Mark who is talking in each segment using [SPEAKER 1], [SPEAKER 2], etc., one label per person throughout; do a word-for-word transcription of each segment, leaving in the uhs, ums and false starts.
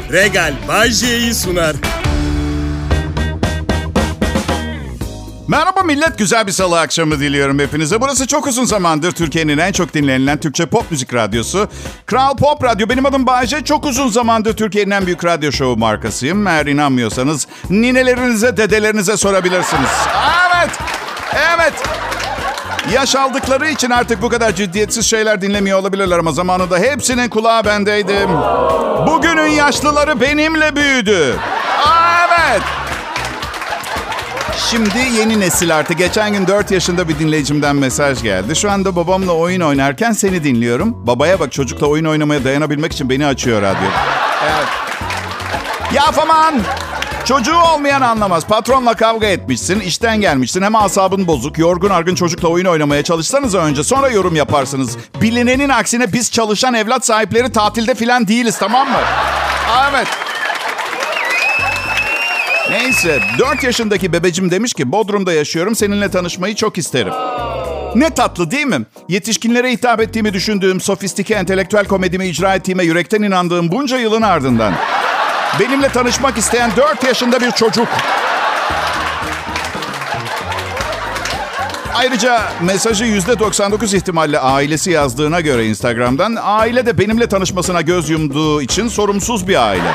[SPEAKER 1] Regal Bajje'yi sunar.
[SPEAKER 2] Merhaba millet, güzel bir salı akşamı diliyorum hepinize. Burası çok uzun zamandır Türkiye'nin en çok dinlenilen Türkçe pop müzik radyosu. Kral Pop Radyo. Benim adım Bayece. Çok uzun zamandır Türkiye'nin en büyük radyo şovu markasıyım. Eğer inanmıyorsanız ninelerinize, dedelerinize sorabilirsiniz. Evet, evet. Yaş aldıkları için artık bu kadar ciddiyetsiz şeyler dinlemiyor olabilirler ama zamanında hepsinin kulağı bendeydi. Bugünün yaşlıları benimle büyüdü. Aa, evet. Şimdi yeni nesil artık. Geçen gün dört yaşında bir dinleyicimden mesaj geldi. Şu anda babamla oyun oynarken seni dinliyorum. Babaya bak, çocukla oyun oynamaya dayanabilmek için beni açıyor radyo. Evet. Ya aman! Çocuğu olmayan anlamaz. Patronla kavga etmişsin, işten gelmişsin. Hem asabın bozuk, yorgun argın çocukla oyun oynamaya çalışsanız önce. Sonra yorum yaparsınız. Bilinenin aksine biz çalışan evlat sahipleri tatilde filan değiliz, tamam mı? Evet. Neyse, dört yaşındaki bebecim demiş ki Bodrum'da yaşıyorum, seninle tanışmayı çok isterim. Ne tatlı değil mi? Yetişkinlere hitap ettiğimi düşündüğüm sofistike entelektüel komedimi icra ettiğime yürekten inandığım bunca yılın ardından benimle tanışmak isteyen dört yaşında bir çocuk. Ayrıca mesajı yüzde doksan dokuz ihtimalle ailesi yazdığına göre Instagram'dan, aile de benimle tanışmasına göz yumduğu için sorumsuz bir aile.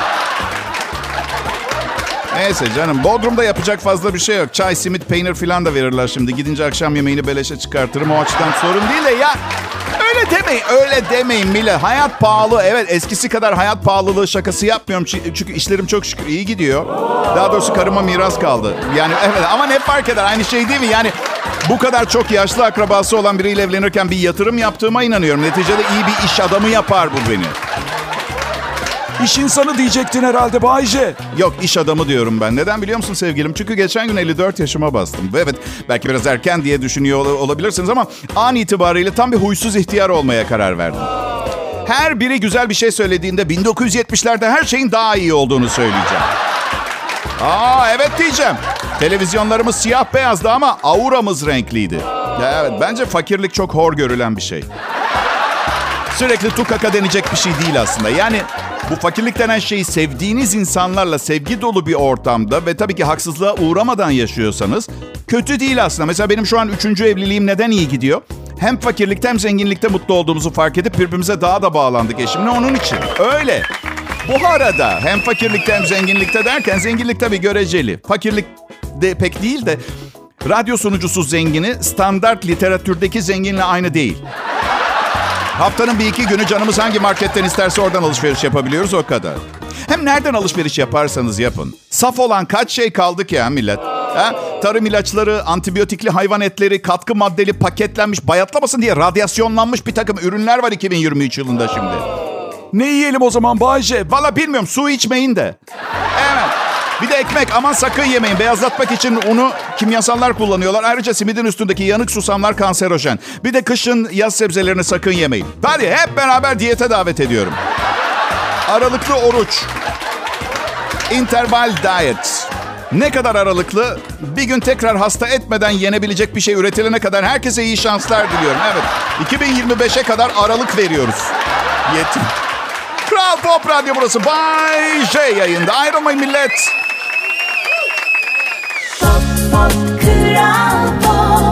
[SPEAKER 2] Neyse canım, Bodrum'da yapacak fazla bir şey yok. Çay, simit, peynir falan da verirler şimdi. Gidince akşam yemeğini beleşe çıkartırım. O açıdan sorun değil de ya... Öyle demeyin, öyle demeyin millet. Hayat pahalı. Evet, eskisi kadar hayat pahalılığı şakası yapmıyorum. Çünkü işlerim çok şükür iyi gidiyor. Daha doğrusu karıma miras kaldı. Yani evet, ama ne fark eder? Aynı şey değil mi? Yani bu kadar çok yaşlı akrabası olan biriyle evlenirken bir yatırım yaptığıma inanıyorum. Neticede iyi bir iş adamı yapar bu beni.
[SPEAKER 3] İş insanı diyecektin herhalde Bayce.
[SPEAKER 2] Yok, iş adamı diyorum ben. Neden biliyor musun sevgilim? Çünkü geçen gün elli dört yaşıma bastım. Evet, belki biraz erken diye düşünüyor olabilirsiniz ama an itibariyle tam bir huysuz ihtiyar olmaya karar verdim. Her biri güzel bir şey söylediğinde bin dokuz yüz yetmişlerde her şeyin daha iyi olduğunu söyleyeceğim. Aa evet diyeceğim. Televizyonlarımız siyah beyazdı ama auramız renkliydi. Ya evet, bence fakirlik çok hor görülen bir şey. Sürekli tukaka denecek bir şey değil aslında. Yani bu fakirlik denen şeyi sevdiğiniz insanlarla sevgi dolu bir ortamda ve tabii ki haksızlığa uğramadan yaşıyorsanız kötü değil aslında. Mesela benim şu an üçüncü evliliğim neden iyi gidiyor? Hem fakirlikte hem zenginlikte mutlu olduğumuzu fark edip birbirimize daha da bağlandık eşimle, onun için. Öyle. Bu arada hem fakirlikte hem zenginlikte derken zenginlik tabii göreceli. Fakirlik de pek değil de radyo sunucusu zengini standart literatürdeki zenginle aynı değil. Haftanın bir iki günü canımız hangi marketten isterse oradan alışveriş yapabiliyoruz, o kadar. Hem nereden alışveriş yaparsanız yapın. Saf olan kaç şey kaldı ki ha millet? Ha? Tarım ilaçları, antibiyotikli hayvan etleri, katkı maddeli, paketlenmiş, bayatlamasın diye radyasyonlanmış bir takım ürünler var iki bin yirmi üç yılında şimdi.
[SPEAKER 3] Ne yiyelim o zaman Bayce?
[SPEAKER 2] Valla bilmiyorum, su içmeyin de. Evet. Bir de ekmek, aman sakın yemeyin. Beyazlatmak için unu kimyasallar kullanıyorlar. Ayrıca simidin üstündeki yanık susamlar kanserojen. Bir de kışın yaz sebzelerini sakın yemeyin. Hadi hep beraber diyete davet ediyorum. Aralıklı oruç. Interval diet. Ne kadar aralıklı? Bir gün tekrar hasta etmeden yenebilecek bir şey üretilene kadar herkese iyi şanslar diliyorum. Evet, iki bin yirmi beşe kadar aralık veriyoruz. Yetim. Kral Pop Radyo burası. Bay J yayında. Ayrılmayın millet.
[SPEAKER 4] Pop, pop, Kral Pop.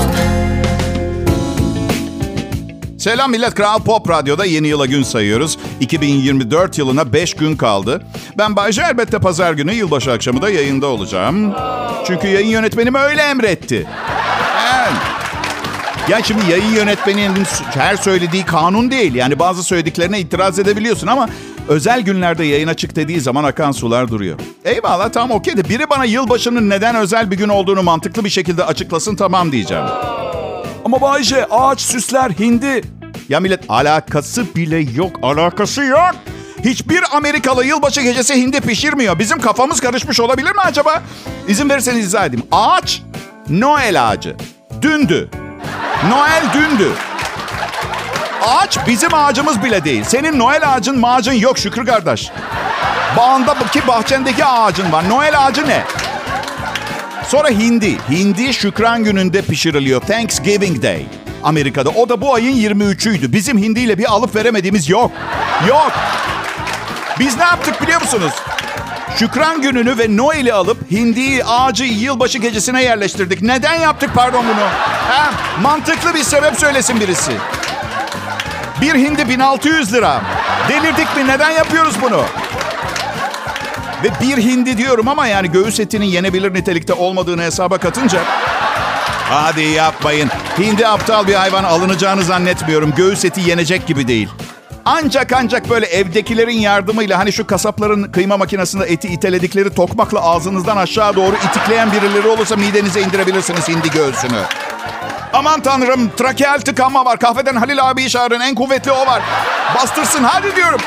[SPEAKER 2] Selam millet, Kral Pop Radyo'da yeni yıla gün sayıyoruz. iki bin yirmi dört yılına beş gün kaldı. Ben Bayce, elbette pazar günü yılbaşı akşamı da yayında olacağım. Çünkü yayın yönetmenim öyle emretti. Evet. Ya şimdi yayın yönetmeninin her söylediği kanun değil. Yani bazı söylediklerine itiraz edebiliyorsun ama özel günlerde yayına çık dediği zaman akan sular duruyor. Eyvallah, tamam, okey de biri bana yılbaşının neden özel bir gün olduğunu mantıklı bir şekilde açıklasın, tamam diyeceğim.
[SPEAKER 3] Ama Bayce, ağaç süsler, hindi.
[SPEAKER 2] Ya millet, alakası bile yok, alakası yok. Hiçbir Amerikalı yılbaşı gecesi hindi pişirmiyor. Bizim kafamız karışmış olabilir mi acaba? İzin verirseniz izah edeyim. Ağaç, Noel ağacı. Dündü. Noel dündü. Ağaç bizim ağacımız bile değil. Senin Noel ağacın mağacın yok Şükrü kardeş. Bağındaki bahçendeki ağacın var. Noel ağacı ne? Sonra hindi. Hindi Şükran gününde pişiriliyor. Thanksgiving Day. Amerika'da. O da bu ayın yirmi üçüydü. Bizim hindiyle bir alıp veremediğimiz yok. Yok. Biz ne yaptık biliyor musunuz? Şükran gününü ve Noel'i alıp hindiyi, ağacı yılbaşı gecesine yerleştirdik. Neden yaptık pardon bunu? Ha, mantıklı bir sebep söylesin birisi. Bir hindi bin altı yüz lira. Delirdik mi? Neden yapıyoruz bunu? Ve bir hindi diyorum ama yani göğüs etinin yenebilir nitelikte olmadığını hesaba katınca... Hadi yapmayın. Hindi aptal bir hayvan, alınacağını zannetmiyorum. Göğüs eti yenecek gibi değil. Ancak ancak böyle evdekilerin yardımıyla hani şu kasapların kıyma makinesinde eti iteledikleri tokmakla ağzınızdan aşağı doğru itikleyen birileri olursa midenize indirebilirsiniz hindi göğsünü. Aman tanrım, trakeal tıkanma var. Kahveden Halil abiyi çağırın, en kuvvetli o var. Bastırsın hadi diyorum.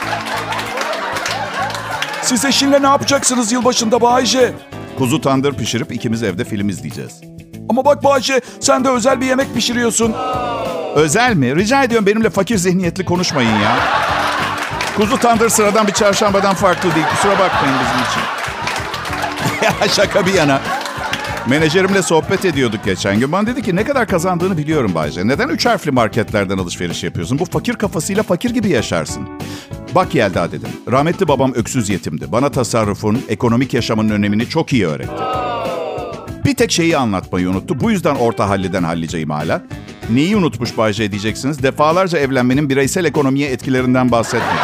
[SPEAKER 3] Siz eşinle ne yapacaksınız yılbaşında Bayce?
[SPEAKER 2] Kuzu tandır pişirip ikimiz evde film izleyeceğiz.
[SPEAKER 3] Ama bak Bayce, sen de özel bir yemek pişiriyorsun.
[SPEAKER 2] Özel mi? Rica ediyorum benimle fakir zihniyetli konuşmayın ya. Kuzu tandır sıradan bir çarşambadan farklı değil. Kusura bakmayın bizim için. Ya şaka bir yana. Menajerimle sohbet ediyorduk geçen gün. Bana dedi ki ne kadar kazandığını biliyorum Bayce. Neden üç harfli marketlerden alışveriş yapıyorsun? Bu fakir kafasıyla fakir gibi yaşarsın. Bak Yelda dedim. Rahmetli babam öksüz yetimdi. Bana tasarrufun, ekonomik yaşamın önemini çok iyi öğretti. Bir tek şeyi anlatmayı unuttu. Bu yüzden orta halliden halliceyim hala. Neyi unutmuş Bayce diyeceksiniz? Defalarca evlenmenin bireysel ekonomiye etkilerinden bahsetmedi.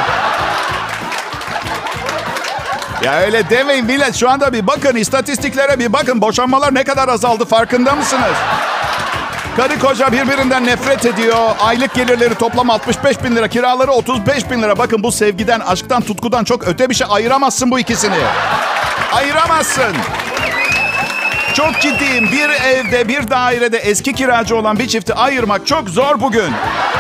[SPEAKER 2] Ya öyle demeyin millet. Şu anda bir bakın, istatistiklere bir bakın. Boşanmalar ne kadar azaldı farkında mısınız? Karı koca birbirinden nefret ediyor. Aylık gelirleri toplam altmış beş bin lira. Kiraları otuz beş bin lira. Bakın bu sevgiden, aşktan, tutkudan çok öte bir şey. Ayıramazsın bu ikisini. Ayıramazsın. Çok ciddiyim. Bir evde, bir dairede eski kiracı olan bir çifti ayırmak çok zor bugün.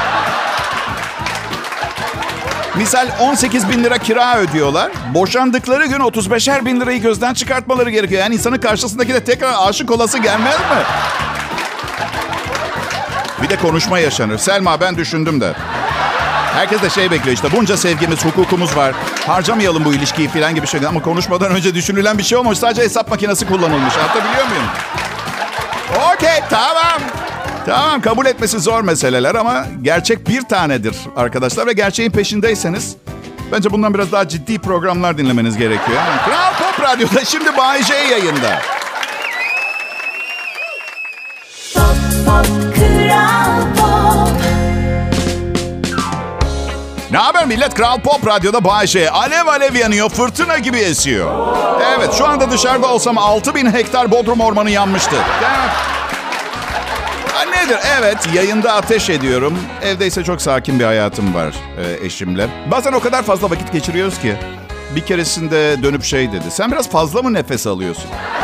[SPEAKER 2] Misal on sekiz bin lira kira ödüyorlar. Boşandıkları gün otuz beşer bin lirayı gözden çıkartmaları gerekiyor. Yani insanın karşısındaki de tekrar aşık olası gelmez mi? Bir de konuşma yaşanır. Selma ben düşündüm de. Herkes de şey bekliyor işte. Bunca sevgimiz, hukukumuz var. Harcamayalım bu ilişkiyi falan gibi şeyler. Ama konuşmadan önce düşünülen bir şey olmamış. Sadece hesap makinesi kullanılmış. Anlatabiliyor muyum? Okey, tamam. Tamam, kabul etmesi zor meseleler ama gerçek bir tanedir arkadaşlar. Ve gerçeğin peşindeyseniz bence bundan biraz daha ciddi programlar dinlemeniz gerekiyor. Yani Kral Pop Radyo'da şimdi Bay J yayında.
[SPEAKER 4] Pop, pop, Kral Pop.
[SPEAKER 2] Ne haber millet? Kral Pop Radyo'da Bay J. Alev alev yanıyor, fırtına gibi esiyor. Evet, şu anda dışarıda olsam altı bin hektar Bodrum ormanı yanmıştı. Evet. Ha, nedir? Evet, yayında ateş ediyorum. Evde ise çok sakin bir hayatım var e, eşimle. Bazen o kadar fazla vakit geçiriyoruz ki. Bir keresinde dönüp şey dedi. Sen biraz fazla mı nefes alıyorsun?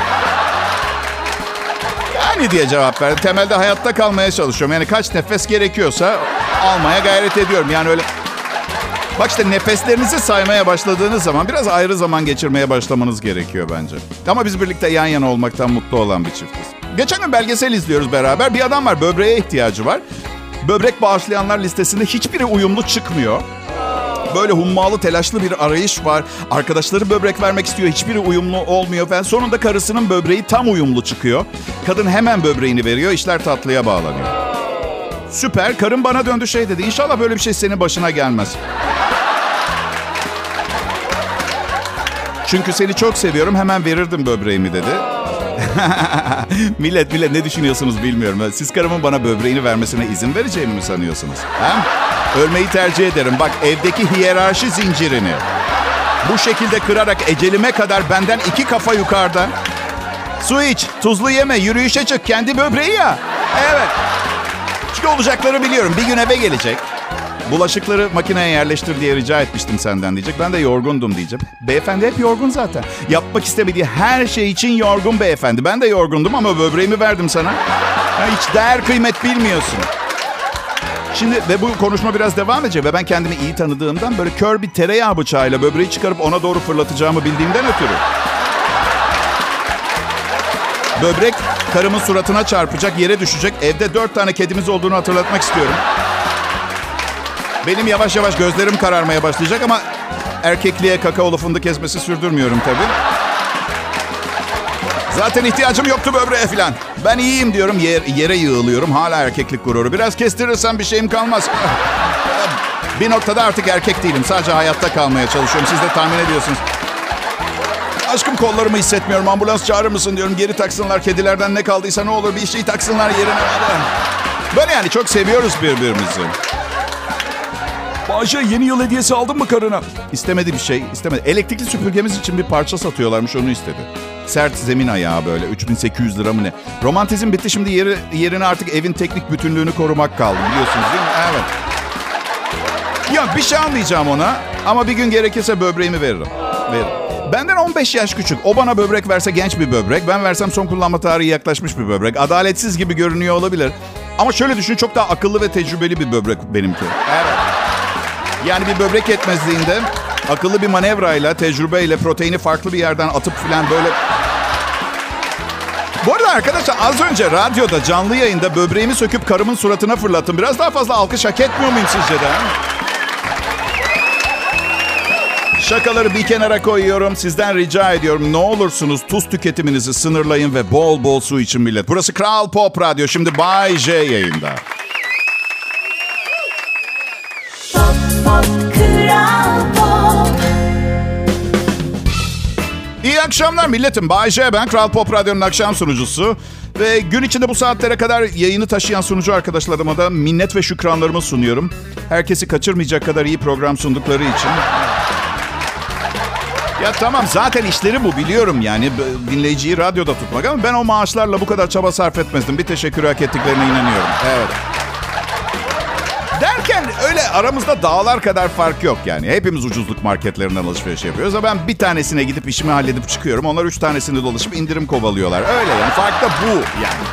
[SPEAKER 2] Yani diye cevap verdim. Temelde hayatta kalmaya çalışıyorum. Yani kaç nefes gerekiyorsa almaya gayret ediyorum. Yani öyle... Bak işte nefeslerinizi saymaya başladığınız zaman biraz ayrı zaman geçirmeye başlamanız gerekiyor bence. Ama biz birlikte yan yana olmaktan mutlu olan bir çiftiz. Geçen gün belgesel izliyoruz beraber. Bir adam var, böbreğe ihtiyacı var. Böbrek bağışlayanlar listesinde hiçbiri uyumlu çıkmıyor. Böyle hummalı, telaşlı bir arayış var. Arkadaşları böbrek vermek istiyor. Hiçbiri uyumlu olmuyor falan. Sonunda karısının böbreği tam uyumlu çıkıyor. Kadın hemen böbreğini veriyor. İşler tatlıya bağlanıyor. Süper. Karım bana döndü şey dedi. İnşallah böyle bir şey senin başına gelmez. Çünkü seni çok seviyorum. Hemen verirdim böbreğimi dedi. millet millet ne düşünüyorsunuz bilmiyorum. Siz karımın bana böbreğini vermesine izin vereceğimi mi sanıyorsunuz? Ha? Ölmeyi tercih ederim. Bak evdeki hiyerarşi zincirini bu şekilde kırarak ecelime kadar benden iki kafa yukarıda. Su iç, tuzlu yeme, yürüyüşe çık. Kendi böbreği ya. Evet. Çünkü olacakları biliyorum. Bir gün eve gelecek. Bulaşıkları makineye yerleştir diye rica etmiştim senden diyecek. Ben de yorgundum diyeceğim. Beyefendi hep yorgun zaten. Yapmak istemediği her şey için yorgun beyefendi. Ben de yorgundum ama böbreğimi verdim sana. Ya hiç değer kıymet bilmiyorsun. Şimdi ve bu konuşma biraz devam edecek. Ve ben kendimi iyi tanıdığımdan böyle kör bir tereyağı bıçağıyla böbreği çıkarıp ona doğru fırlatacağımı bildiğimden ötürü. Böbrek karımın suratına çarpacak, yere düşecek. Evde dört tane kedimiz olduğunu hatırlatmak istiyorum. Benim yavaş yavaş gözlerim kararmaya başlayacak ama erkekliğe kakaolu fındık kesmesi sürdürmüyorum tabii. Zaten ihtiyacım yoktu böbreğe falan. Ben iyiyim diyorum, yer, yere yığılıyorum. Hala erkeklik gururu. Biraz kestirirsem bir şeyim kalmaz. Bir noktada artık erkek değilim. Sadece hayatta kalmaya çalışıyorum. Siz de tahmin ediyorsunuz. Aşkım kollarımı hissetmiyorum. Ambulans çağırır mısın diyorum. Geri taksınlar. Kedilerden ne kaldıysa ne olur bir şey taksınlar yerine. Böyle yani çok seviyoruz birbirimizi.
[SPEAKER 3] Bayşe yeni yıl hediyesi aldın mı karına?
[SPEAKER 2] İstemedi bir şey. istemedi. Elektrikli süpürgemiz için bir parça satıyorlarmış. Onu istedi. Sert zemin ayağı böyle. üç bin sekiz yüz lira mı ne? Romantizm bitti. Şimdi yeri, yerine artık evin teknik bütünlüğünü korumak kaldı. Biliyorsunuz değil mi? Evet. Yok bir şey almayacağım ona. Ama bir gün gerekirse böbreğimi veririm. Veririm. Benden on beş yaş küçük. O bana böbrek verse genç bir böbrek. Ben versem son kullanma tarihi yaklaşmış bir böbrek. Adaletsiz gibi görünüyor olabilir. Ama şöyle düşün, çok daha akıllı ve tecrübeli bir böbrek benimki. Evet. Yani bir böbrek yetmezliğinde akıllı bir manevrayla, tecrübeyle proteini farklı bir yerden atıp filan böyle... Bu arada arkadaşlar az önce radyoda canlı yayında böbreğimi söküp karımın suratına fırlattım. Biraz daha fazla alkış hak etmiyor muyum sizce de? Şakaları bir kenara koyuyorum. Sizden rica ediyorum. Ne olursunuz tuz tüketiminizi sınırlayın ve bol bol su için millet. Burası Kral Pop Radyo. Şimdi Bay J yayında.
[SPEAKER 4] Pop, pop, Kral Pop.
[SPEAKER 2] İyi akşamlar milletim. Bay J ben. Kral Pop Radyo'nun akşam sunucusu. Ve gün içinde bu saatlere kadar yayını taşıyan sunucu arkadaşlarıma da minnet ve şükranlarımı sunuyorum. Herkesi kaçırmayacak kadar iyi program sundukları için. Ya tamam zaten işleri bu biliyorum yani dinleyiciyi radyoda tutmak ama ben o maaşlarla bu kadar çaba sarf etmezdim. Bir teşekkür hak ettiklerine inanıyorum. Evet. Derken öyle aramızda dağlar kadar fark yok yani. Hepimiz ucuzluk marketlerinden alışveriş yapıyoruz. Ama ben bir tanesine gidip işimi halledip çıkıyorum. Onlar üç tanesini dolaşıp indirim kovalıyorlar. Öyle yani fark da bu yani.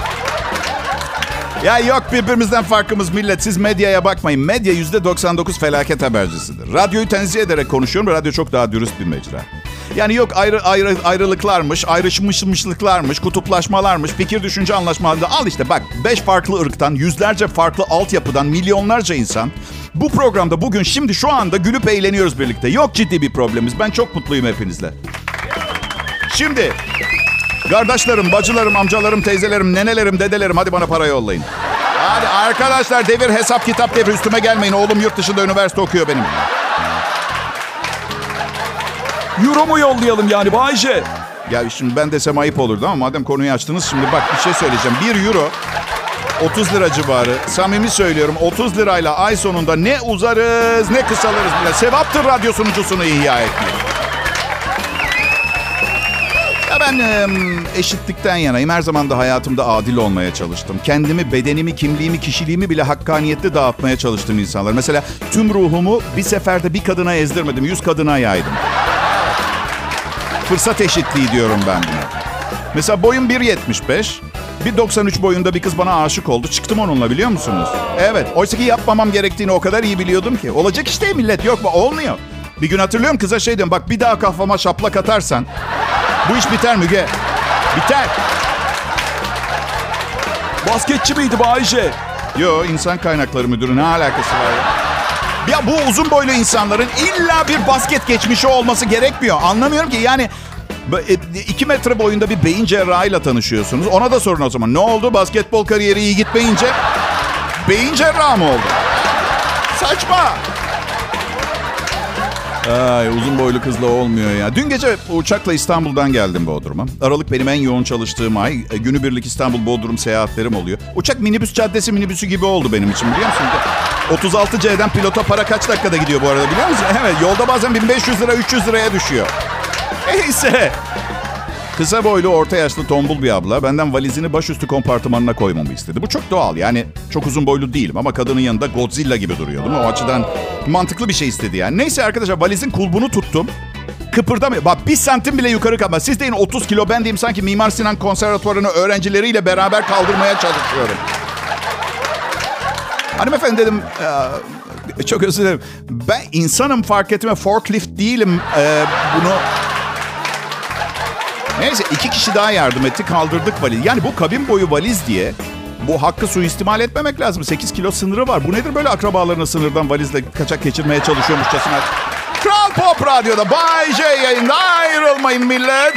[SPEAKER 2] Ya yok birbirimizden farkımız millet. Siz medyaya bakmayın. Medya yüzde doksan dokuz felaket habercisidir. Radyoyu tenzih ederek konuşuyorum. Radyo çok daha dürüst bir mecra. Yani yok ayrı, ayrı ayrılıklarmış, ayrışmışlıklarmış, kutuplaşmalarmış, fikir düşünce anlaşmalarında. Al işte bak beş farklı ırktan, yüzlerce farklı altyapıdan, milyonlarca insan. Bu programda bugün şimdi şu anda gülüp eğleniyoruz birlikte. Yok ciddi bir problemimiz. Ben çok mutluyum hepinizle. Şimdi... Kardeşlerim, bacılarım, amcalarım, teyzelerim, nenelerim, dedelerim hadi bana para yollayın. Hadi arkadaşlar devir hesap kitap devir üstüme gelmeyin. Oğlum yurt dışında üniversite okuyor benim.
[SPEAKER 3] Euro mu yollayalım yani Bayşe?
[SPEAKER 2] Ya şimdi ben desem ayıp olurdu ama madem konuyu açtınız şimdi bak bir şey söyleyeceğim. Bir euro otuz lira civarı. Samimi söylüyorum otuz lirayla ay sonunda ne uzarız ne kısalırız bile. Sevaptır radyo sunucusunu ihya etmek. Ben e, eşitlikten yanayım. Her zaman da hayatımda adil olmaya çalıştım. Kendimi, bedenimi, kimliğimi, kişiliğimi bile hakkaniyetli dağıtmaya çalıştım insanlar. Mesela tüm ruhumu bir seferde bir kadına ezdirmedim. Yüz kadına yaydım. Fırsat eşitliği diyorum ben buna. Mesela boyum bir yetmiş beş. bir doksan üç boyunda bir kız bana aşık oldu. Çıktım onunla biliyor musunuz? Evet. Oysa ki yapmamam gerektiğini o kadar iyi biliyordum ki. Olacak iş değil millet. Yok mu? Olmuyor. Bir gün hatırlıyorum kıza şey diyorum. Bak bir daha kafama şaplak atarsan... Bu iş biter Müge. Biter.
[SPEAKER 3] Basketçi miydi Bayşe?
[SPEAKER 2] Yo insan kaynakları müdürü ne alakası var ya? Ya bu uzun boylu insanların illa bir basket geçmişi olması gerekmiyor. Anlamıyorum ki yani iki metre boyunda bir beyin cerrahıyla tanışıyorsunuz. Ona da sorun o zaman. Ne oldu? Basketbol kariyeri iyi gitmeyince beyin cerrahı mı oldu? Saçma. Ay, uzun boylu kızla olmuyor ya. Dün gece uçakla İstanbul'dan geldim Bodrum'a. Aralık benim en yoğun çalıştığım ay. Günübirlik İstanbul-Bodrum seyahatlerim oluyor. Uçak minibüs caddesi minibüsü gibi oldu benim için biliyor musun? otuz altı C'den pilota para kaç dakikada gidiyor bu arada biliyor musun? Evet yolda bazen bin beş yüz lira üç yüz liraya düşüyor. Neyse. Kısa boylu, orta yaşlı, tombul bir abla benden valizini başüstü kompartımanına koymamı istedi. Bu çok doğal yani çok uzun boylu değilim ama kadının yanında Godzilla gibi duruyor değil mi? O açıdan mantıklı bir şey istedi yani. Neyse arkadaşlar valizin kulbunu tuttum. Kıpırdamıyor. Bak bir santim bile yukarı kalma. Siz deyin otuz kilo ben diyeyim sanki Mimar Sinan Konservatuvarı'nı öğrencileriyle beraber kaldırmaya çalışıyorum. Hanımefendi dedim... Ee, çok özür dilerim. Ben insanım fark etme forklift değilim. Ee, bunu... Neyse iki kişi daha yardım etti kaldırdık valiz. Yani bu kabin boyu valiz diye bu hakkı suistimal etmemek lazım. sekiz kilo sınırı var. Bu nedir böyle akrabalarına sınırdan valizle kaçak geçirmeye çalışıyormuşçasına. Kral Pop Radyo'da Bay J yayında ayrılmayın millet.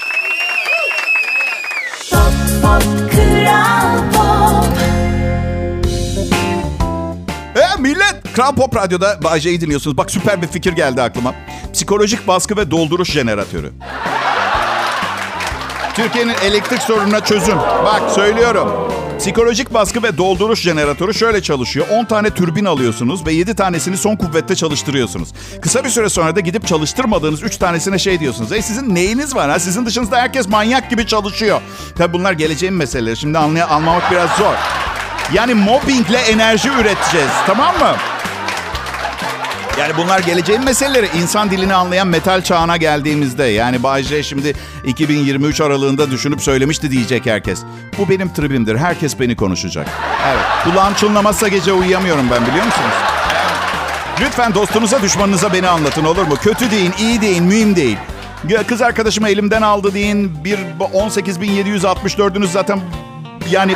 [SPEAKER 4] Pop, pop, Kral Pop.
[SPEAKER 2] E millet Kral Pop Radyo'da Bay J'yi dinliyorsunuz. Bak süper bir fikir geldi aklıma. Psikolojik baskı ve dolduruş jeneratörü. Türkiye'nin elektrik sorununa çözüm. Bak söylüyorum. Psikolojik baskı ve dolduruş jeneratörü şöyle çalışıyor. on tane türbin alıyorsunuz ve yedi tanesini son kuvvette çalıştırıyorsunuz. Kısa bir süre sonra da gidip çalıştırmadığınız üç tanesine şey diyorsunuz. E sizin neyiniz var ha? Sizin dışınızda herkes manyak gibi çalışıyor. Tabii bunlar geleceğin meseleleri. Şimdi anlay- anlamak biraz zor. Yani mobbingle enerji üreteceğiz. Tamam mı? Yani bunlar geleceğin meseleleri. İnsan dilini anlayan metal çağına geldiğimizde. Yani Bay J şimdi iki bin yirmi üç aralığında düşünüp söylemişti diyecek herkes. Bu benim tribimdir. Herkes beni konuşacak. Evet. Kulağım çınlamazsa gece uyuyamıyorum ben, biliyor musunuz? Lütfen dostunuza, düşmanınıza beni anlatın, olur mu? Kötü deyin, iyi deyin, mühim değil. Kız arkadaşımı elimden aldı deyin. Bir on sekiz bin yedi yüz altmış dördünüz zaten yani...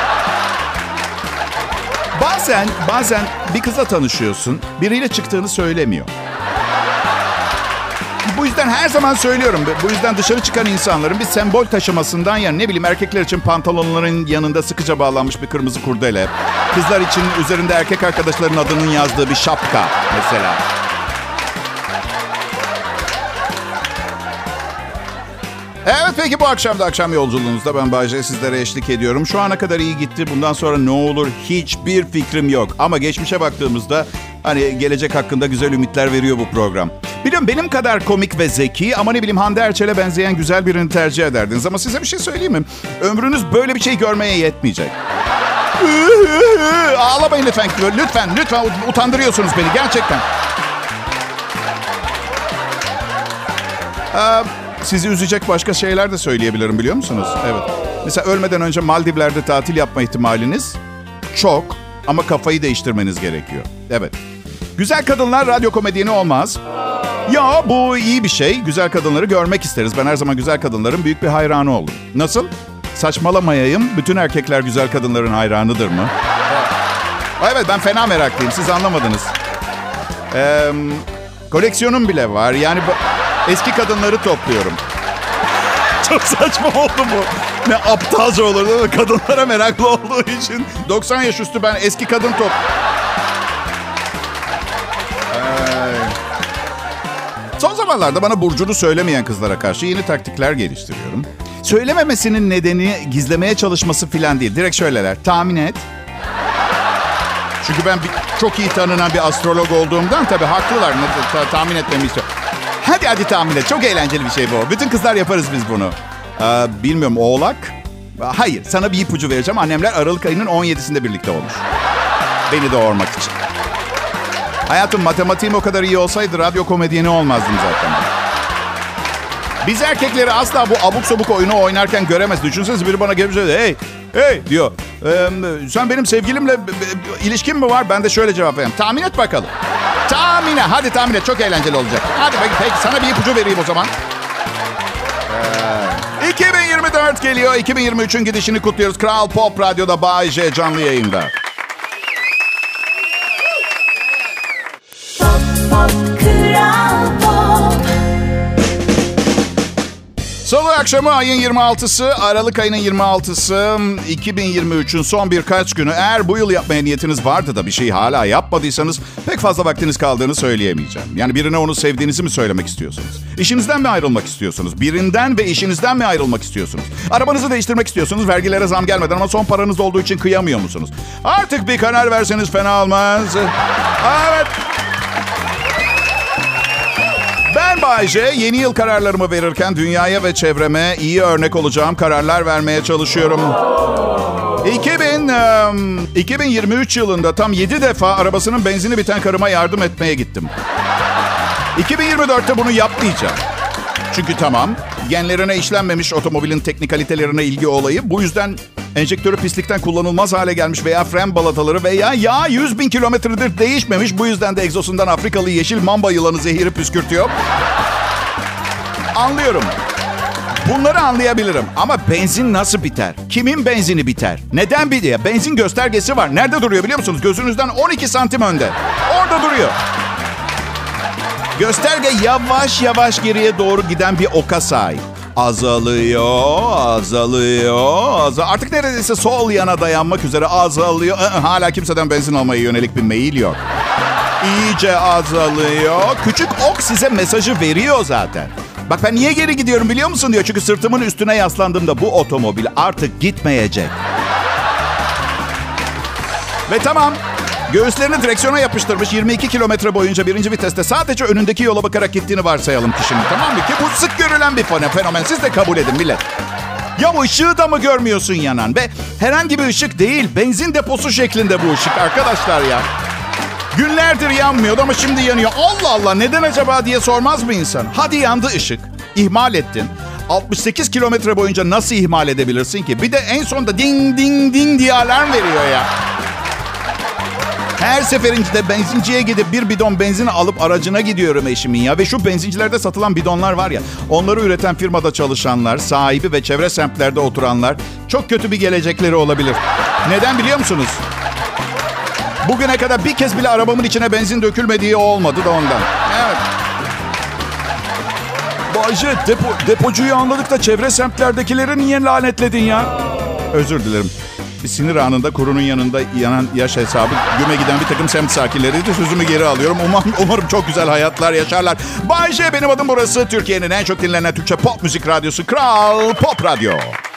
[SPEAKER 2] Bazen, bazen bir kızla tanışıyorsun, biriyle çıktığını söylemiyor. Bu yüzden her zaman söylüyorum. Bu yüzden dışarı çıkan insanların bir sembol taşımasından, yani ne bileyim erkekler için pantolonların yanında sıkıca bağlanmış bir kırmızı kurdele. Kızlar için üzerinde erkek arkadaşlarının adının yazdığı bir şapka mesela. Evet, peki bu akşam da akşam yolculuğunuzda ben Bay J sizlere eşlik ediyorum. Şu ana kadar iyi gitti. Bundan sonra ne olur hiçbir fikrim yok. Ama geçmişe baktığımızda hani gelecek hakkında güzel ümitler veriyor bu program. Biliyorum benim kadar komik ve zeki ama ne bileyim Hande Erçel'e benzeyen güzel birini tercih ederdiniz. Ama size bir şey söyleyeyim mi? Ömrünüz böyle bir şey görmeye yetmeyecek. Ağlamayın lütfen. Lütfen, lütfen utandırıyorsunuz beni gerçekten. Ee, Sizi üzecek başka şeyler de söyleyebilirim, biliyor musunuz? Evet. Mesela ölmeden önce Maldivler'de tatil yapma ihtimaliniz çok ama kafayı değiştirmeniz gerekiyor. Evet. Güzel kadınlar radyo komedyeni olmaz. Ya bu iyi bir şey. Güzel kadınları görmek isteriz. Ben her zaman güzel kadınların büyük bir hayranı oldum. Nasıl? Saçmalamayayım. Bütün erkekler güzel kadınların hayranıdır mı? Evet, ben fena meraklıyım. Siz anlamadınız. Ee, koleksiyonum bile var. Yani bu... Eski kadınları topluyorum. Çok saçma oldu bu. Ne aptalca olur değil mi? Kadınlara meraklı olduğu için. doksan yaş üstü ben eski kadın top... Ay. Son zamanlarda bana burcunu söylemeyen kızlara karşı yeni taktikler geliştiriyorum. Söylememesinin nedeni gizlemeye çalışması falan değil. Direkt şöyleler. Tahmin et. Çünkü ben bir, çok iyi tanınan bir astrolog olduğumdan tabii haklılar. Ta, tahmin etmemi istiyor. Hadi hadi tahmin et. Çok eğlenceli bir şey bu. Bütün kızlar yaparız biz bunu. Ee, bilmiyorum, Oğlak. Hayır, sana bir ipucu vereceğim. Annemler Aralık ayının on yedisinde birlikte olmuş. Beni doğurmak için. Hayatım, matematiğim o kadar iyi olsaydı radyo komedyeni olmazdım zaten. Biz erkekleri asla bu abuk sabuk oyunu oynarken göremez. Düşünsenize biri bana gelip söylüyor. Hey, hey diyor. Ee, sen benim sevgilimle b- b- ilişkin mi var? Ben de şöyle cevap vereyim. Tahmin et bakalım. Tahmine. Hadi tahmin et. Çok eğlenceli olacak. Hadi peki, peki sana bir ipucu vereyim o zaman. Ee, iki bin yirmi dört geliyor. iki bin yirmi üçün gidişini kutluyoruz. Kral Pop Radyo'da Bay J canlı yayında.
[SPEAKER 4] Pop, pop, Kral Pop.
[SPEAKER 2] Salı akşamı ayın yirmi altısı, Aralık ayının yirmi altısı, iki bin yirmi üçün son birkaç günü. Eğer bu yıl yapmaya niyetiniz vardı da bir şeyi hala yapmadıysanız pek fazla vaktiniz kaldığını söyleyemeyeceğim. Yani birine onu sevdiğinizi mi söylemek istiyorsunuz? İşinizden mi ayrılmak istiyorsunuz? Birinden ve işinizden mi ayrılmak istiyorsunuz? Arabanızı değiştirmek istiyorsunuz, vergilere zam gelmeden ama son paranız olduğu için kıyamıyor musunuz? Artık bir karar verseniz fena olmaz. Evet. Ben Bay J, yeni yıl kararlarımı verirken dünyaya ve çevreme iyi örnek olacağım kararlar vermeye çalışıyorum. iki bin, iki bin yirmi üç yılında tam yedi defa arabasının benzini biten karıma yardım etmeye gittim. iki bin yirmi dörtte bunu yapmayacağım. Çünkü tamam, genlerine işlenmemiş otomobilin teknikalitelerine ilgi olayı. Bu yüzden enjektörü pislikten kullanılmaz hale gelmiş veya fren balataları veya yağ yüz bin kilometredir değişmemiş. Bu yüzden de egzosundan Afrikalı yeşil mamba yılanı zehiri püskürtüyor. Anlıyorum. Bunları anlayabilirim. Ama benzin nasıl biter? Kimin benzini biter? Neden bitiyor? Benzin göstergesi var. Nerede duruyor biliyor musunuz? Gözünüzden on iki santim önde. Orada duruyor. Gösterge yavaş yavaş geriye doğru giden bir oka sahip. Azalıyor, azalıyor, azalıyor. Artık neredeyse sol yana dayanmak üzere azalıyor. Hala kimseden benzin almaya yönelik bir meyil yok. iyice azalıyor. Küçük ok size mesajı veriyor zaten. Bak ben niye geri gidiyorum biliyor musun diyor. Çünkü sırtımın üstüne yaslandığımda bu otomobil artık gitmeyecek. Ve tamam. Göğüslerini direksiyona yapıştırmış yirmi iki kilometre boyunca birinci viteste sadece önündeki yola bakarak gittiğini varsayalım kişinin. Tamam mı ki? Bu sık görülen bir fenomen. Siz de kabul edin millet. Ya bu ışığı da mı görmüyorsun yanan? Ve herhangi bir ışık değil. Benzin deposu şeklinde bu ışık arkadaşlar ya. Günlerdir yanmıyordu ama şimdi yanıyor. Allah Allah neden acaba diye sormaz mı insan? Hadi yandı ışık. İhmal ettin. altmış sekiz kilometre boyunca nasıl ihmal edebilirsin ki? Bir de en sonunda ding ding ding diye alarm veriyor ya. Her seferinde benzinciye gidip bir bidon benzin alıp aracına gidiyorum eşimin ya. Ve şu benzincilerde satılan bidonlar var ya. Onları üreten firmada çalışanlar, sahibi ve çevre semtlerde oturanlar çok kötü bir gelecekleri olabilir. Neden biliyor musunuz? Bugüne kadar bir kez bile arabamın içine benzin dökülmediği olmadı da ondan. Evet.
[SPEAKER 3] Bayce depo, depocuyu anladık da çevre semtlerdekileri niye lanetledin ya?
[SPEAKER 2] Özür dilerim. Bir sinir anında kurunun yanında yanan yaş hesabı güme giden bir takım semt sakinleriydi. Sözümü geri alıyorum. Umarım, umarım çok güzel hayatlar yaşarlar. Bay J benim adım burası. Türkiye'nin en çok dinlenen Türkçe pop müzik radyosu Kral Pop Radyo.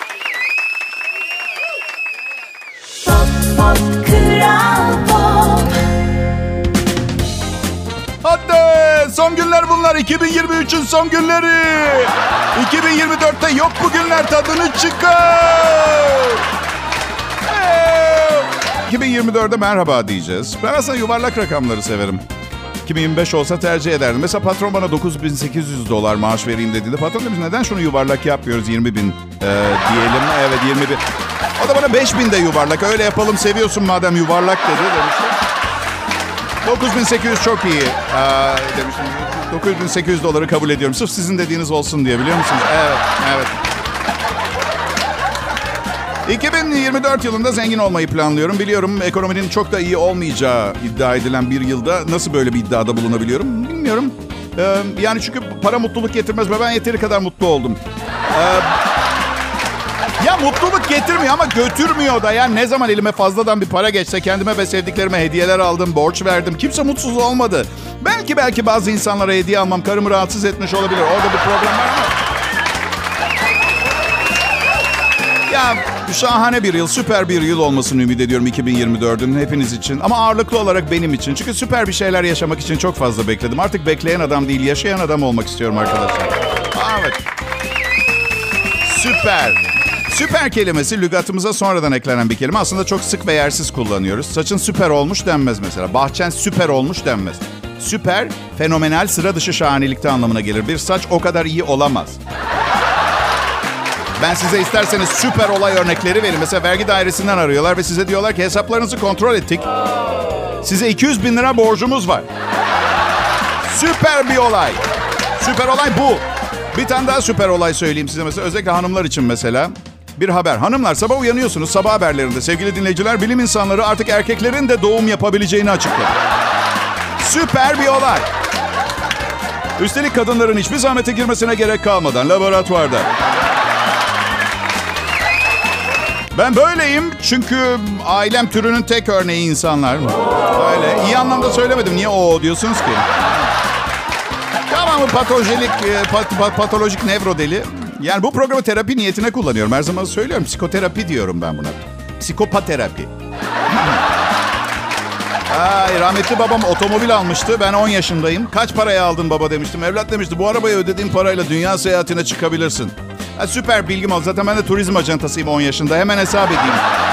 [SPEAKER 4] Pop, pop, Kral Pop.
[SPEAKER 2] Hadi son günler bunlar. iki bin yirmi üçün son günleri. iki bin yirmi dörtte yok bu günler tadını çıkar. iki bin yirmi dörde merhaba diyeceğiz. Ben aslında yuvarlak rakamları severim. iki bin yirmi beş olsa tercih ederdim. Mesela patron bana dokuz bin sekiz yüz dolar maaş vereyim dediğinde patron demiş neden şunu yuvarlak yapmıyoruz yirmi bin ee, diyelim. Evet yirmi bin. O da bana beş bin de yuvarlak. Öyle yapalım seviyorsun madem yuvarlak dedi demiştim. dokuz bin sekiz yüz çok iyi ee, demiştim. dokuz bin sekiz yüz doları kabul ediyorum. Sırf sizin dediğiniz olsun diye biliyor musunuz? Evet, evet. iki bin yirmi dört yılında zengin olmayı planlıyorum. Biliyorum ekonominin çok da iyi olmayacağı iddia edilen bir yılda nasıl böyle bir iddiada bulunabiliyorum bilmiyorum. Ee, yani çünkü para mutluluk getirmez ve ben yeteri kadar mutlu oldum. Ee, ya mutluluk getirmiyor ama götürmüyor da. Yani ne zaman elime fazladan bir para geçse kendime ve sevdiklerime hediyeler aldım, borç verdim. Kimse mutsuz olmadı. Belki belki bazı insanlara hediye almam karımı rahatsız etmiş olabilir. Orada bir problem var mı? Ya şahane bir yıl, süper bir yıl olmasını ümit ediyorum iki bin yirmi dördün hepiniz için. Ama ağırlıklı olarak benim için. Çünkü süper bir şeyler yaşamak için çok fazla bekledim. Artık bekleyen adam değil, yaşayan adam olmak istiyorum arkadaşlar. Evet. Süper. Süper kelimesi lügatımıza sonradan eklenen bir kelime. Aslında çok sık ve yersiz kullanıyoruz. Saçın süper olmuş denmez mesela. Bahçen süper olmuş denmez. Süper, fenomenal, sıra dışı şahanelikte anlamına gelir. Bir saç o kadar iyi olamaz. Ben size isterseniz süper olay örnekleri vereyim. Mesela vergi dairesinden arıyorlar ve size diyorlar ki hesaplarınızı kontrol ettik. Size iki yüz bin lira borcumuz var. Süper bir olay. Süper olay bu. Bir tane daha süper olay söyleyeyim size mesela. Özellikle hanımlar için mesela. Bir haber. Hanımlar sabah uyanıyorsunuz. Sabah haberlerinde sevgili dinleyiciler bilim insanları artık erkeklerin de doğum yapabileceğini açıkladı. Süper bir olay. Üstelik kadınların hiçbir zahmete girmesine gerek kalmadan laboratuvarda. Ben böyleyim çünkü ailem türünün tek örneği insanlar. Öyle. İyi anlamda söylemedim. Niye o diyorsunuz ki? Tamam mı? Patolojik, pat, pat, patolojik nevrodeli. Yani bu programı terapi niyetine kullanıyorum. Her zaman söylüyorum. Psikoterapi diyorum ben buna. Psikopaterapi. Ay, rahmetli babam otomobil almıştı. Ben on yaşındayım. Kaç paraya aldın baba demiştim. Evlat demişti bu arabayı ödediğin parayla dünya seyahatine çıkabilirsin. Ha, süper bilgim oldu. Zaten ben de turizm ajantasıyım on yaşında. Hemen hesap edeyim.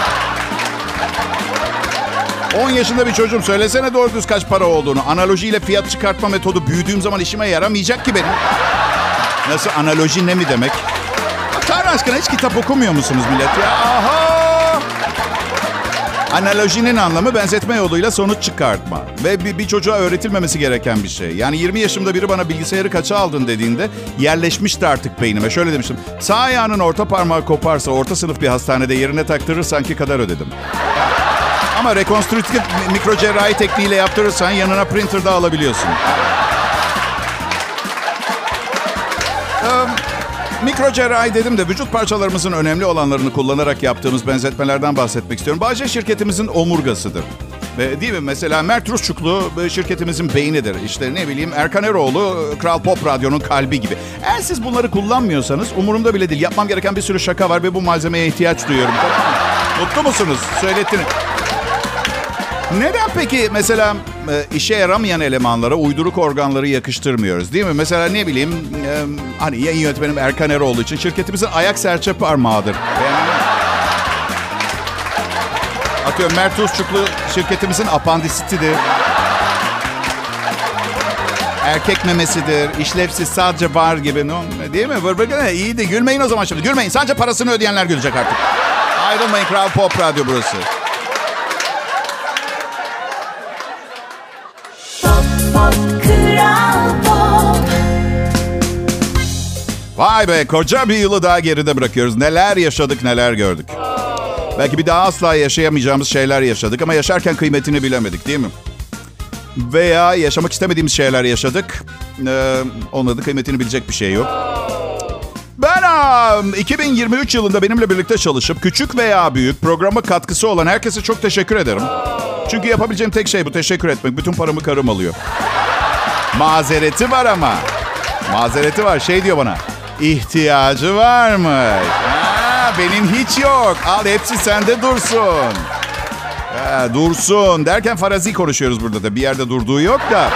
[SPEAKER 2] on yaşında bir çocuğum. Söylesene doğru düz kaç para olduğunu. Analojiyle fiyat çıkartma metodu büyüdüğüm zaman işime yaramayacak ki benim. Nasıl analoji ne mi demek? Tanrı aşkına hiç kitap okumuyor musunuz millet ya? Aha! Analojinin anlamı benzetme yoluyla sonuç çıkartma. Ve bir, bir çocuğa öğretilmemesi gereken bir şey. Yani yirmi yaşımda biri bana bilgisayarı kaça aldın dediğinde yerleşmişti artık beynime. Şöyle demiştim. Sağ ayağının orta parmağı koparsa orta sınıf bir hastanede yerine taktırırsan ki kadar ödedim. Ama rekonstrüktif mikrocerrahi tekniğiyle yaptırırsan yanına printer da alabiliyorsun. Um, Mikrocerrahi dedim de vücut parçalarımızın önemli olanlarını kullanarak yaptığımız benzetmelerden bahsetmek istiyorum. Bahçe şirketimizin omurgasıdır. E, değil mi? Mesela Mert Rusçuklu e, şirketimizin beynidir. İşte ne bileyim Erkan Eroğlu Kral Pop Radyo'nun kalbi gibi. Eğer siz bunları kullanmıyorsanız umurumda bile değil. Yapmam gereken bir sürü şaka var ve bu malzemeye ihtiyaç duyuyorum. Mutlu musunuz? Söylettiniz. Neden peki mesela e, işe yaramayan elemanlara uyduruk organları yakıştırmıyoruz değil mi? Mesela ne bileyim e, hani yayın yönetmenim Erkan Eroğlu için şirketimizin ayak serçe parmağıdır. Yani, atıyorum Mert Rusçuklu şirketimizin apandisitidir. Erkek memesidir, işlevsiz sadece var gibi. No, değil mi? Vır İyi de gülmeyin o zaman şimdi. Gülmeyin. Sadece parasını ödeyenler gülecek artık. Ayrılmayın, Kral Pop Radyo burası. Vay be, koca bir yılı daha geride bırakıyoruz. Neler yaşadık, neler gördük. Belki bir daha asla yaşayamayacağımız şeyler yaşadık ama yaşarken kıymetini bilemedik değil mi? Veya yaşamak istemediğimiz şeyler yaşadık. Ee, onun da kıymetini bilecek bir şey yok. Ben iki bin yirmi üç yılında benimle birlikte çalışıp küçük veya büyük programa katkısı olan herkese çok teşekkür ederim. Çünkü yapabileceğim tek şey bu, teşekkür etmek. Bütün paramı karım alıyor. Mazereti var ama. Mazereti var. Şey diyor bana. İhtiyacı var mı? Ha, benim hiç yok. Al hepsi sende dursun. Ha, dursun. Derken farazi konuşuyoruz burada da. Bir yerde durduğu yok da.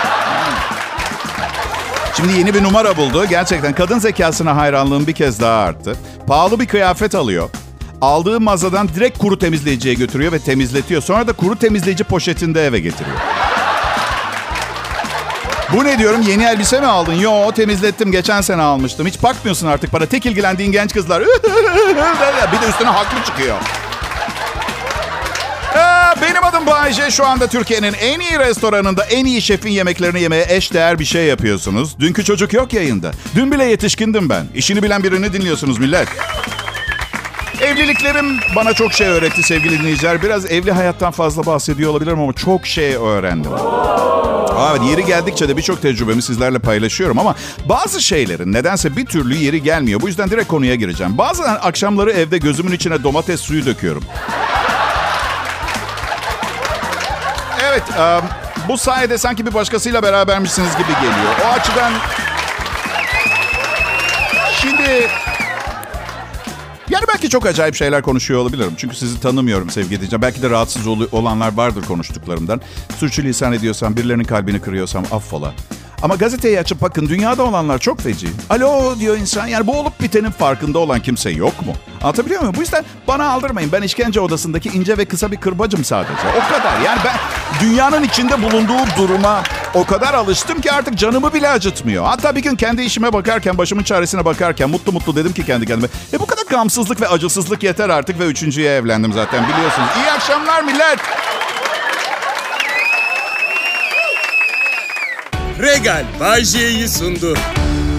[SPEAKER 2] Şimdi yeni bir numara buldu. Gerçekten kadın zekasına hayranlığım bir kez daha arttı. Pahalı bir kıyafet alıyor. Aldığı mağazadan direkt kuru temizleyiciye götürüyor ve temizletiyor. Sonra da kuru temizleyici poşetinde eve getiriyor. Bu ne diyorum, yeni elbise mi aldın? Yo, temizlettim, geçen sene almıştım. Hiç bakmıyorsun artık bana. Tek ilgilendiğin genç kızlar. Bir de üstüne haklı çıkıyor. Benim adım Bayce. Şu anda Türkiye'nin en iyi restoranında en iyi şefin yemeklerini yemeye eşdeğer bir şey yapıyorsunuz. Dünkü çocuk yok yayında. Dün bile yetişkindim ben. İşini bilen birini dinliyorsunuz millet. Evliliklerim bana çok şey öğretti sevgili dinleyiciler. Biraz evli hayattan fazla bahsediyor olabilirim ama çok şey öğrendim. Evet, yeri geldikçe de birçok tecrübemi sizlerle paylaşıyorum ama bazı şeylerin nedense bir türlü yeri gelmiyor. Bu yüzden direkt konuya gireceğim. Bazen akşamları evde gözümün içine domates suyu döküyorum. Evet, um, bu sayede sanki bir başkasıyla berabermişsiniz gibi geliyor. O açıdan... Şimdi... Yani belki çok acayip şeyler konuşuyor olabilirim. Çünkü sizi tanımıyorum sevgili dinleyiciler. Belki de rahatsız ol- olanlar vardır konuştuklarımdan. Sürçülisan ediyorsam, birilerinin kalbini kırıyorsam affola. Ama gazeteyi açıp bakın, dünyada olanlar çok feci. Alo diyor insan. Yani bu olup bitenin farkında olan kimse yok mu? Anlatabiliyor muyum? Bu yüzden bana aldırmayın. Ben işkence odasındaki ince ve kısa bir kırbacım sadece. O kadar. Yani ben dünyanın içinde bulunduğu duruma o kadar alıştım ki artık canımı bile acıtmıyor. Hatta bir gün kendi işime bakarken, başımın çaresine bakarken mutlu mutlu dedim ki kendi kendime. E bu kadar gamsızlık ve acısızlık yeter artık ve üçüncüye evlendim zaten biliyorsunuz. İyi akşamlar millet.
[SPEAKER 1] Regal Bay J'yi sundu.